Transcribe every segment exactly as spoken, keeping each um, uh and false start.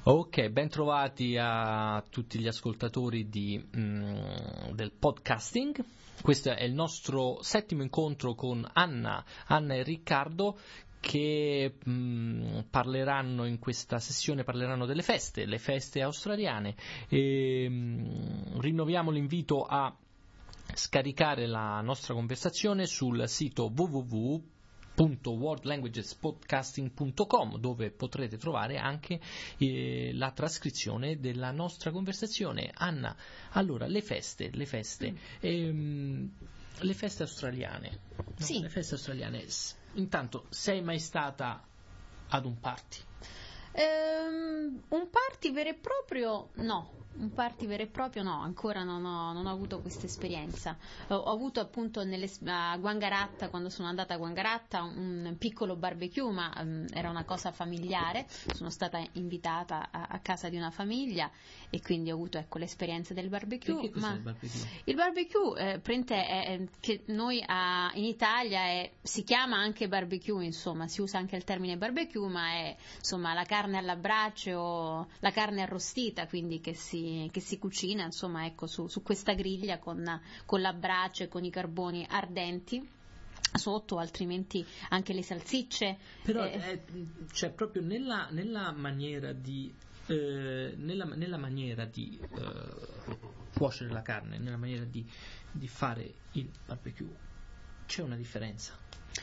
Ok, ben trovati a tutti gli ascoltatori di, mm, del podcasting. Questo è il nostro settimo incontro con Anna, Anna e Riccardo, che mh, parleranno in questa sessione parleranno delle feste, le feste australiane. E, mh, rinnoviamo l'invito a scaricare la nostra conversazione sul sito w w w punto world languages podcasting punto com, dove potrete trovare anche eh, la trascrizione della nostra conversazione. Anna, allora le feste, le feste, ehm, le feste australiane. No? Sì. Le feste australiane. Intanto, sei mai stata ad un party? Ehm, un party vero e proprio no. Un party vero e proprio no, ancora non ho, non ho avuto questa esperienza. Ho, ho avuto appunto nelle, a Wangaratta, quando sono andata a Wangaratta, un piccolo barbecue, ma um, era una cosa familiare. Sono stata invitata a, a casa di una famiglia e quindi ho avuto, ecco, l'esperienza del barbecue. Che cos'è ma il barbecue? Il barbecue eh, prende, è, è, che noi a, in Italia è, si chiama anche barbecue, insomma, si usa anche il termine barbecue, ma è insomma la carne alla brace o la carne arrostita, quindi che si che si cucina, insomma, ecco, su, su questa griglia con, con la brace, con i carboni ardenti sotto, altrimenti anche le salsicce. Però eh, è, cioè proprio nella, nella maniera di eh, nella, nella maniera di eh, cuocere la carne, nella maniera di, di fare il barbecue c'è una differenza?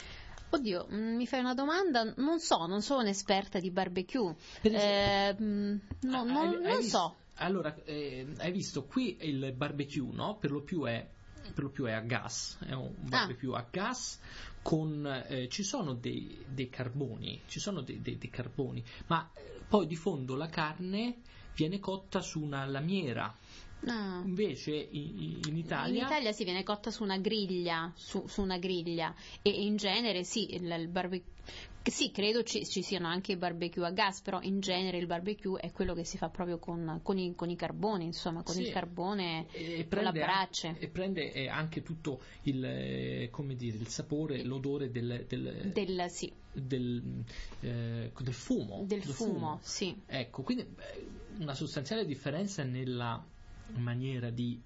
Oddio, mi fai una domanda? Non so, non sono un'esperta di barbecue. Eh, no, hai, non, hai non visto, so. Allora, eh, hai visto qui il barbecue, no? Per lo più è, per lo più è a gas, è un barbecue ah. a gas con eh, ci sono dei, dei carboni, ci sono dei, dei, dei carboni, ma eh, poi di fondo la carne viene cotta su una lamiera. Ah. Invece in, in Italia in Italia si viene cotta su una griglia su, su una griglia e in genere sì il, il barbecue sì, credo ci, ci siano anche i barbecue a gas, però in genere il barbecue è quello che si fa proprio con, con, i, con i carboni, insomma, con sì, il carbone e con la brace. Anche, e prende anche tutto il, eh, come dire, il sapore, l'odore del, del, del, sì. del, eh, del fumo. Del, del fumo, fumo, sì. Ecco, quindi una sostanziale differenza nella maniera di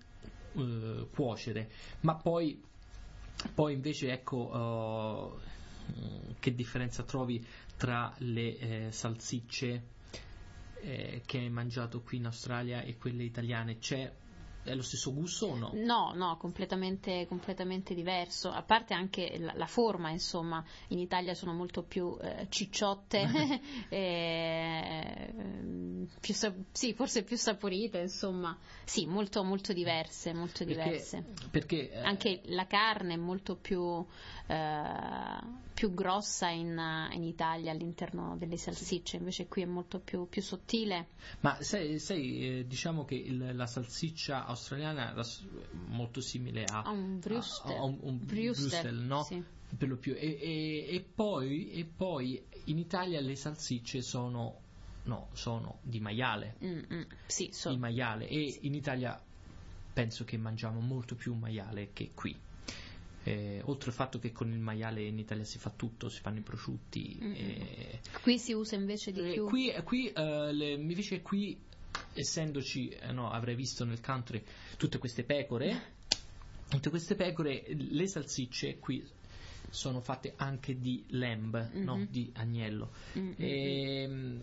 uh, cuocere, ma poi, poi invece ecco... Uh, che differenza trovi tra le eh, salsicce eh, che hai mangiato qui in Australia e quelle italiane? C'è È lo stesso gusto o no? No, no, completamente, completamente diverso. A parte anche la, la forma, insomma, in Italia sono molto più eh, cicciotte, e, più, sì, forse più saporite, insomma, sì, molto, molto diverse, molto diverse. Perché, perché anche la carne è molto più, eh, più grossa in, in Italia all'interno delle salsicce, invece qui è molto più, più sottile. Ma sai, sai eh, diciamo che il, la salsiccia australiana è molto simile a, a un Brüssel, a, a un, un Brüssel, no? Sì. Per lo più. E, e, e, poi, e poi in Italia le salsicce sono, no, sono di maiale. Mm-mm. Sì, so. Di maiale. E in Italia penso che mangiamo molto più maiale che qui. Eh, oltre al fatto che con il maiale in Italia si fa tutto, si fanno i prosciutti. Eh, qui si usa invece di eh, più. Qui, qui eh, le, mi dice qui, essendoci, eh, no, avrei visto nel country tutte queste pecore, tutte queste pecore, le salsicce qui sono fatte anche di lamb, mm-hmm. no, di agnello. Mm-hmm. E,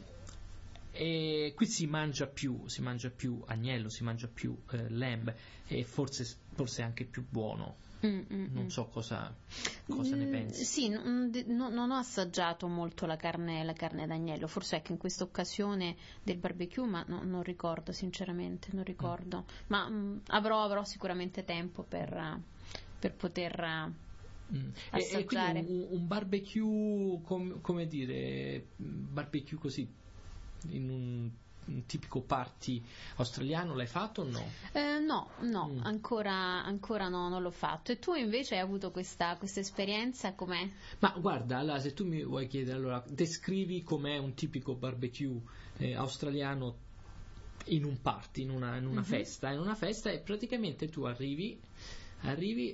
e qui si mangia più, si mangia più agnello, si mangia più eh, lamb e forse, forse anche più buono. Mm-mm. Non so cosa, cosa ne pensi. Sì, non, non ho assaggiato molto la carne, la carne d'agnello, forse è che in questa occasione del barbecue, ma no, non ricordo sinceramente, non ricordo. Mm. Ma mh, avrò, avrò sicuramente tempo per, per poter mm. assaggiare. E, e quindi un, un barbecue, com, come dire, barbecue così, in un un tipico party australiano l'hai fatto o no? Eh, no, no, mm. ancora, ancora no, non l'ho fatto. E tu invece hai avuto questa, questa esperienza, com'è? Ma guarda, allora, se tu mi vuoi chiedere, allora, descrivi com'è un tipico barbecue eh, australiano in un party, in una, in una mm-hmm. festa. In una festa e praticamente tu arrivi, arrivi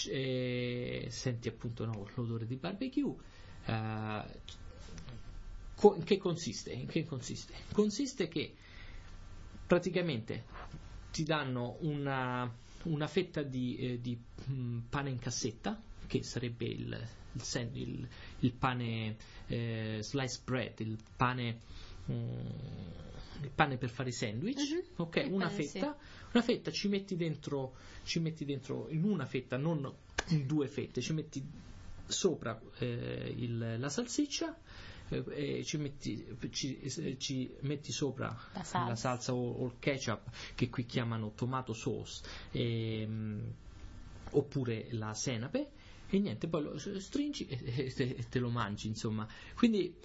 eh, senti appunto no, l'odore di barbecue, eh, co- in che consiste? In che consiste? Consiste che praticamente ti danno una, una fetta di, eh, di mh, pane in cassetta, che sarebbe il, il, sen- il, il pane eh, sliced bread, il pane, mh, il pane per fare i sandwich, Mhm. ok? Il Una pane, fetta, una fetta ci metti dentro, ci metti dentro in una fetta, non in due fette, ci metti sopra eh, il- la salsiccia, eh, e ci metti, ci, eh, ci metti sopra La salsa. la salsa o, o il ketchup, che qui chiamano tomato sauce, ehm, oppure la senape, e niente, poi lo stringi e, e te, e te lo mangi, insomma. Quindi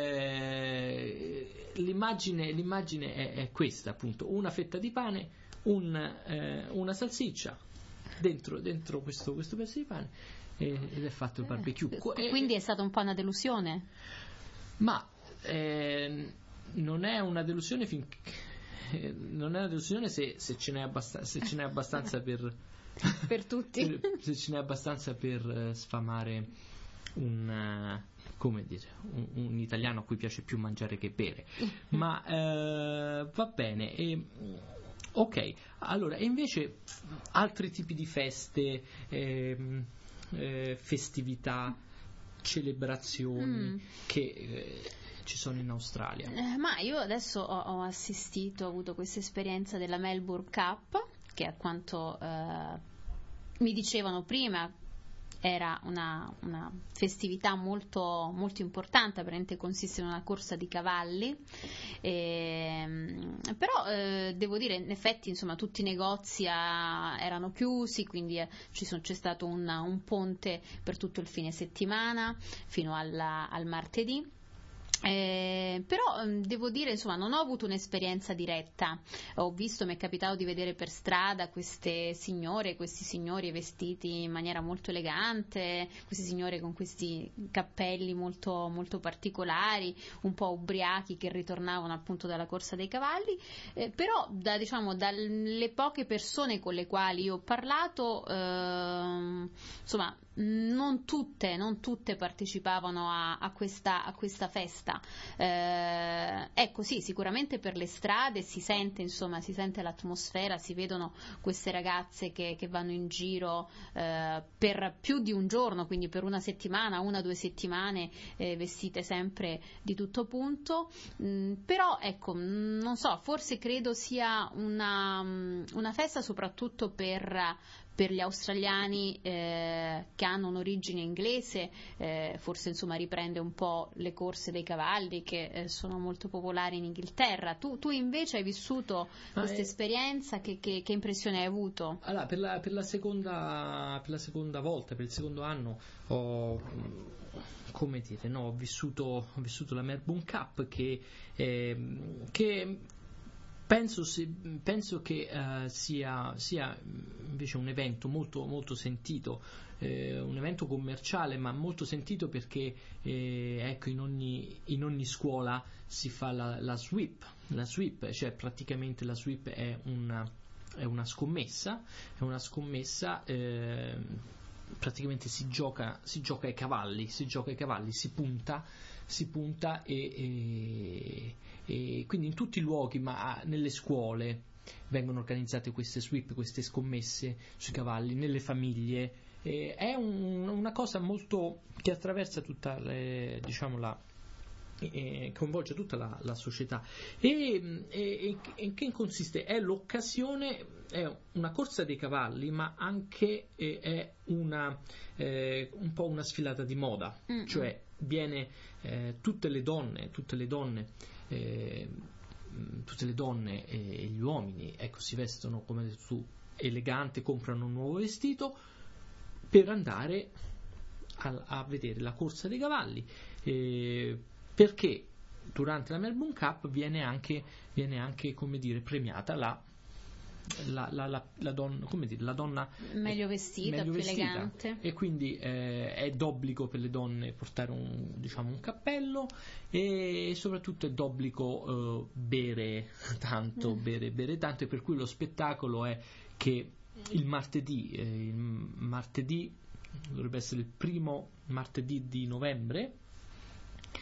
eh, l'immagine, l'immagine è, è questa, appunto: una fetta di pane, un, eh, una salsiccia dentro, dentro questo, questo pezzo di pane, e- ed è fatto il barbecue. Eh, Qu- e- Quindi è stata un po' una delusione? ma eh, non è una delusione finché eh, non è una delusione se, se ce n'è abbastan- se ce n'è abbastanza per Per tutti? per- se ce n'è abbastanza per eh, sfamare un eh, come dire, un, un italiano a cui piace più mangiare che bere. Ma eh, va bene. E, ok, allora, e invece altri tipi di feste, ehm, eh, festività, celebrazioni Mm. che eh, ci sono in Australia? Eh, ma io adesso ho, ho assistito, ho avuto questa esperienza della Melbourne Cup, che a quanto eh, mi dicevano prima era una, una festività molto, molto importante, apparentemente consiste in una corsa di cavalli, ehm, però eh, devo dire, in effetti, insomma, tutti i negozi ah, erano chiusi, quindi eh, ci sono- c'è stato un, un ponte per tutto il fine settimana fino alla- al martedì. Eh, però ehm, devo dire, insomma, non ho avuto un'esperienza diretta. Ho visto, mi è capitato di vedere per strada queste signore, questi signori vestiti in maniera molto elegante, queste signore con questi cappelli molto, molto particolari, un po' ubriachi, che ritornavano appunto dalla corsa dei cavalli. Eh, però da, diciamo, dalle poche persone con le quali io ho parlato, ehm, insomma, non tutte, non tutte partecipavano a, a questa, a questa festa. Eh, ecco, sì, sicuramente per le strade si sente, insomma, si sente l'atmosfera, si vedono queste ragazze che, che vanno in giro eh, per più di un giorno, quindi per una settimana, una o due settimane, eh, vestite sempre di tutto punto. Mm, però, ecco, mm, non so, forse credo sia una, mm, una festa soprattutto per per gli australiani eh, che hanno un'origine inglese, eh, forse insomma riprende un po' le corse dei cavalli che eh, sono molto popolari in Inghilterra. Tu, tu invece hai vissuto Ma questa è- esperienza, che, che- che impressione hai avuto? Allora, per la, per la seconda, per la seconda volta, per il secondo anno, ho, mm, come dire, no, ho vissuto, ho vissuto la Melbourne Cup, che, ehm, che penso, si- penso che eh, sia, sia invece un evento molto, molto sentito, eh, un evento commerciale, ma molto sentito perché eh, ecco, in ogni, in ogni scuola si fa la, la sweep. La sweep, cioè praticamente la sweep è una, è una scommessa, è una scommessa, eh, praticamente si gioca, si gioca ai cavalli, si gioca ai cavalli, si punta, si punta e, e- e quindi in tutti i luoghi, ma nelle scuole vengono organizzate queste sweep, queste scommesse sui cavalli, nelle famiglie. E è un- una cosa molto che attraversa tutta le- diciamo la e coinvolge tutta la, la società. E, e, e in che consiste? È l'occasione, è una corsa dei cavalli, ma anche eh, è una, eh, un po' una sfilata di moda, Mm-mm. cioè viene eh, tutte le donne, tutte le donne. eh, tutte le donne e gli uomini, ecco, si vestono come hai detto tu, elegante, comprano un nuovo vestito per andare a, a vedere la corsa dei cavalli, eh, perché durante la Melbourne Cup viene anche, viene anche come dire, premiata la, la, la, la, la donna, come dire, la donna Meglio vestita, meglio più vestita. elegante. E quindi eh, è d'obbligo per le donne portare un, diciamo, un cappello, e soprattutto è d'obbligo eh, bere tanto, Mm. bere, bere tanto, e per cui lo spettacolo è che il martedì, eh, il martedì dovrebbe essere il primo martedì di novembre,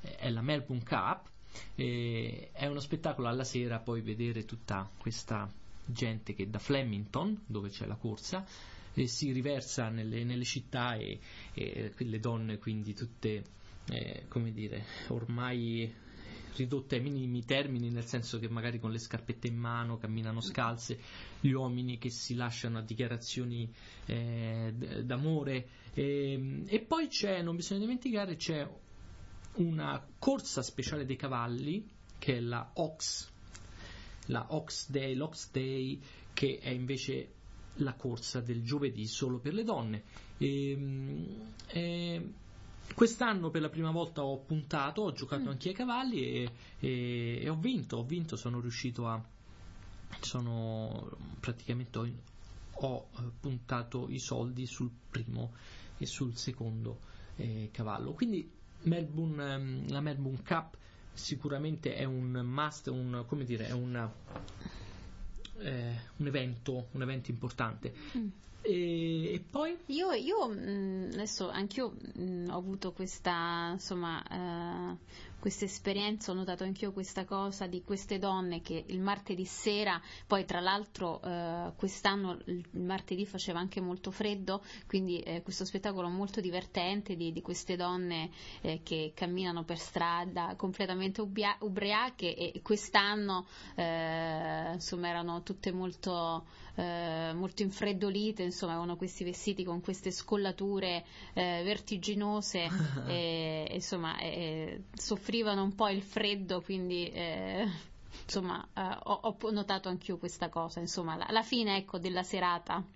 è la Melbourne Cup. E è uno spettacolo alla sera, poi vedere tutta questa gente che da Flemington, dove c'è la corsa, e si riversa nelle, nelle città e, e le donne quindi tutte eh, come dire, ormai ridotte ai minimi termini, nel senso che magari con le scarpette in mano camminano scalze, gli uomini che si lasciano a dichiarazioni eh, d'amore e, e poi c'è, non bisogna dimenticare, c'è una corsa speciale dei cavalli che è la Ox, la Ox Day, l'Ox Day, che è invece la corsa del giovedì solo per le donne. E, e, quest'anno per la prima volta ho puntato, ho giocato mm. anche ai cavalli e, e, e ho vinto, ho vinto, sono riuscito a, sono praticamente ho, ho puntato i soldi sul primo e sul secondo eh, cavallo, quindi Melbourne, la Melbourne Cup sicuramente è un must, un, come dire, è una, eh, un evento, un evento importante. Mm. E, e poi? Io, io mh, adesso anch'io mh, ho avuto questa, insomma, uh, questa esperienza, ho notato anch'io questa cosa di queste donne che il martedì sera, poi tra l'altro uh, quest'anno il martedì faceva anche molto freddo, quindi eh, questo spettacolo molto divertente di, di queste donne eh, che camminano per strada completamente ubia- ubriache e quest'anno eh, insomma erano tutte molto, eh, molto infreddolite, insomma avevano questi vestiti con queste scollature eh, vertiginose e insomma eh, soffrivano un po' il freddo, quindi eh, insomma eh, ho, ho notato anch'io questa cosa, insomma la, la fine ecco della serata.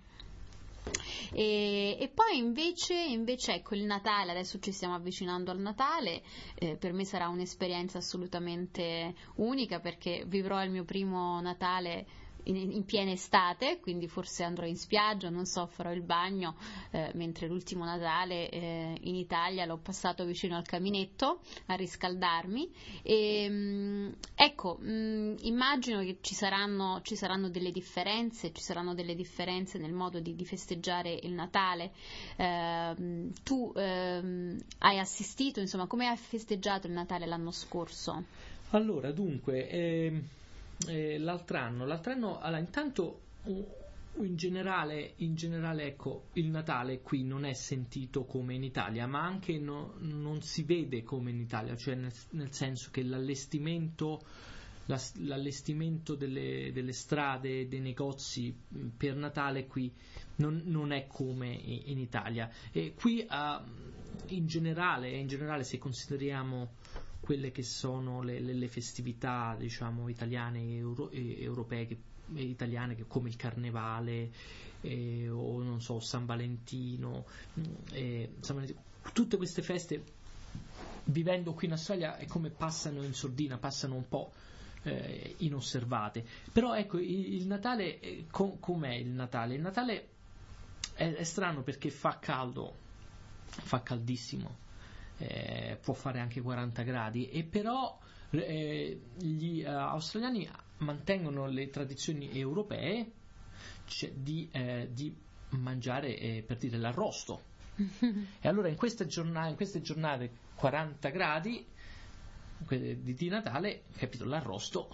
E, e poi invece, invece ecco il Natale, adesso ci stiamo avvicinando al Natale, eh, per me sarà un'esperienza assolutamente unica perché vivrò il mio primo Natale In, in piena estate, quindi forse andrò in spiaggia, non so, farò il bagno, eh, mentre l'ultimo Natale eh, in Italia l'ho passato vicino al caminetto a riscaldarmi e mh, ecco, mh, immagino che ci saranno, ci saranno delle differenze, ci saranno delle differenze nel modo di, di festeggiare il Natale. Eh, tu eh, hai assistito, insomma, come hai festeggiato il Natale l'anno scorso? Allora, dunque, eh... Eh, l'altro anno, l'altro anno allora, intanto in generale, in generale ecco, il Natale qui non è sentito come in Italia, ma anche no, non si vede come in Italia, cioè nel, nel senso che l'allestimento, la, l'allestimento delle, delle strade, dei negozi per Natale qui non, non è come in Italia. E qui uh, in generale, in generale se consideriamo quelle che sono le, le, le festività, diciamo, italiane e, euro, e europee, che, e italiane, che, come il Carnevale eh, o non so, San Valentino, eh, San Valentino, tutte queste feste, vivendo qui in Australia, è come passano in sordina, passano un po' eh, inosservate. Però ecco, il, il Natale, eh, com, com'è il Natale? Il Natale è, è strano perché fa caldo, fa caldissimo. Eh, può fare anche quaranta gradi e però eh, gli uh, australiani mantengono le tradizioni europee, cioè di, eh, di mangiare eh, per dire l'arrosto e allora in queste giornate, in queste giornate quaranta gradi di, di Natale, capito, l'arrosto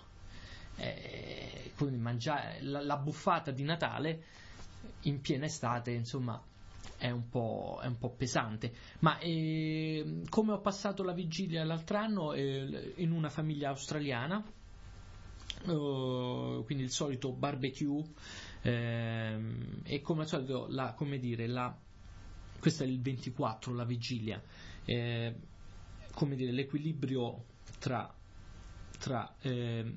eh, quindi mangiare la, la buffata di Natale in piena estate, insomma è un po', è un po' pesante, ma eh, come ho passato la vigilia l'altro anno eh, in una famiglia australiana, uh, quindi il solito barbecue eh, e come al solito la, come dire, la, questo è il ventiquattro, la vigilia, eh, come dire, l'equilibrio tra, tra eh,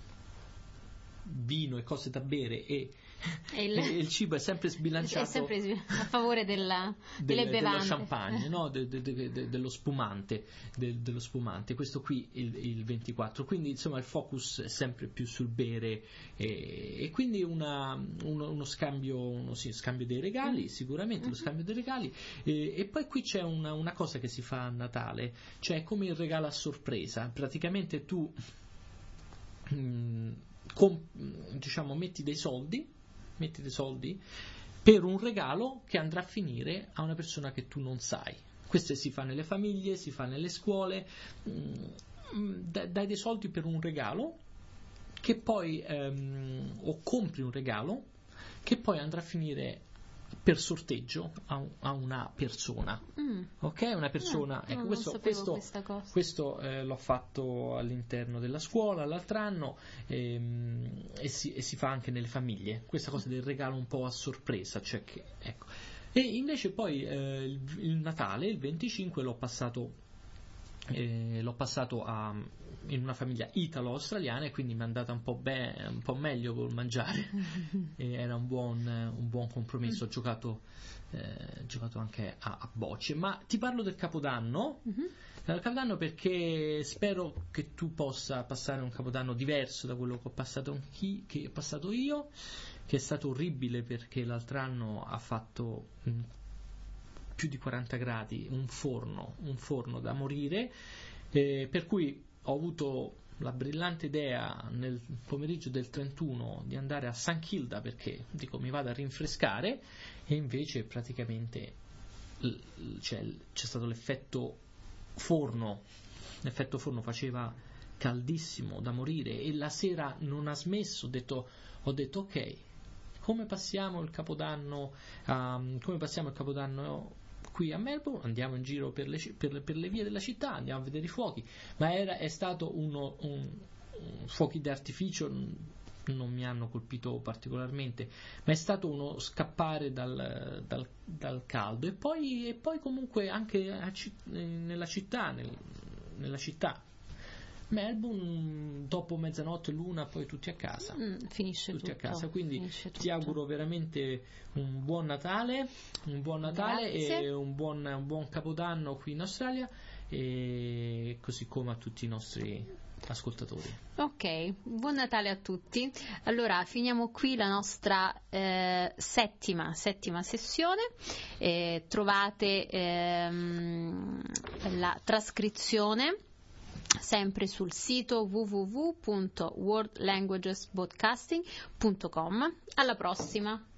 vino e cose da bere e E il, il cibo è sempre sbilanciato, è sempre a favore della, delle del, bevande, dello champagne, no? de, de, de, de, dello spumante, de, dello spumante. Questo qui il, il ventiquattro, quindi insomma il focus è sempre più sul bere e, e quindi una, uno, uno scambio, uno, sì, scambio dei regali, sicuramente lo scambio dei regali e, e poi qui c'è una, una cosa che si fa a Natale, cioè come il regalo a sorpresa. Praticamente tu mh, com, diciamo metti dei soldi metti dei soldi per un regalo che andrà a finire a una persona che tu non sai. Questo si fa nelle famiglie, si fa nelle scuole, mh, dai dei soldi per un regalo che poi ehm, o compri un regalo che poi andrà a finire per sorteggio a, un, a una persona, mm. ok? Una persona, no, ecco, non questo, sapevo questo, questa cosa. questo eh, l'ho fatto all'interno della scuola l'altro anno ehm, e, si, e si fa anche nelle famiglie, questa cosa del regalo un po' a sorpresa, cioè che, ecco. E invece poi eh, il, il Natale, il venticinque, l'ho passato Eh, l'ho passato a, in una famiglia italo-australiana e quindi mi è andata un po', be- un po' meglio col mangiare e era un buon, un buon compromesso. Ho giocato, eh, giocato anche a, a bocce. Ma ti parlo del Capodanno. Mm-hmm. Del Capodanno perché spero che tu possa passare un Capodanno diverso da quello che ho passato, chi, che ho passato io, che è stato orribile perché l'altro anno ha fatto mh, più di quaranta gradi, un forno, un forno da morire, eh, per cui ho avuto la brillante idea nel pomeriggio del trentuno di andare a San Kilda perché dico mi vado a rinfrescare e invece praticamente l- cioè, c'è stato l'effetto forno, l'effetto forno faceva caldissimo da morire e la sera non ha smesso, ho detto, ho detto ok, come passiamo il Capodanno, um, come passiamo il Capodanno qui a Melbourne, andiamo in giro per le, per, per le vie della città, andiamo a vedere i fuochi, ma era, è stato uno, un, un fuochi d'artificio, non mi hanno colpito particolarmente, ma è stato uno scappare dal, dal, dal caldo e poi, e poi comunque anche a, nella città, nel, nella città. Melbourne dopo mezzanotte l'una poi tutti a casa mm, finisce tutti tutto, a casa, quindi finisce ti tutto. auguro veramente un buon Natale un buon Natale Grazie. e un buon, un buon Capodanno qui in Australia e così come a tutti i nostri ascoltatori. Ok, buon Natale a tutti. Allora finiamo qui la nostra eh, settima, settima sessione. Eh, trovate ehm, la trascrizione sempre sul sito w w w punto world languages broadcasting punto com. Alla prossima!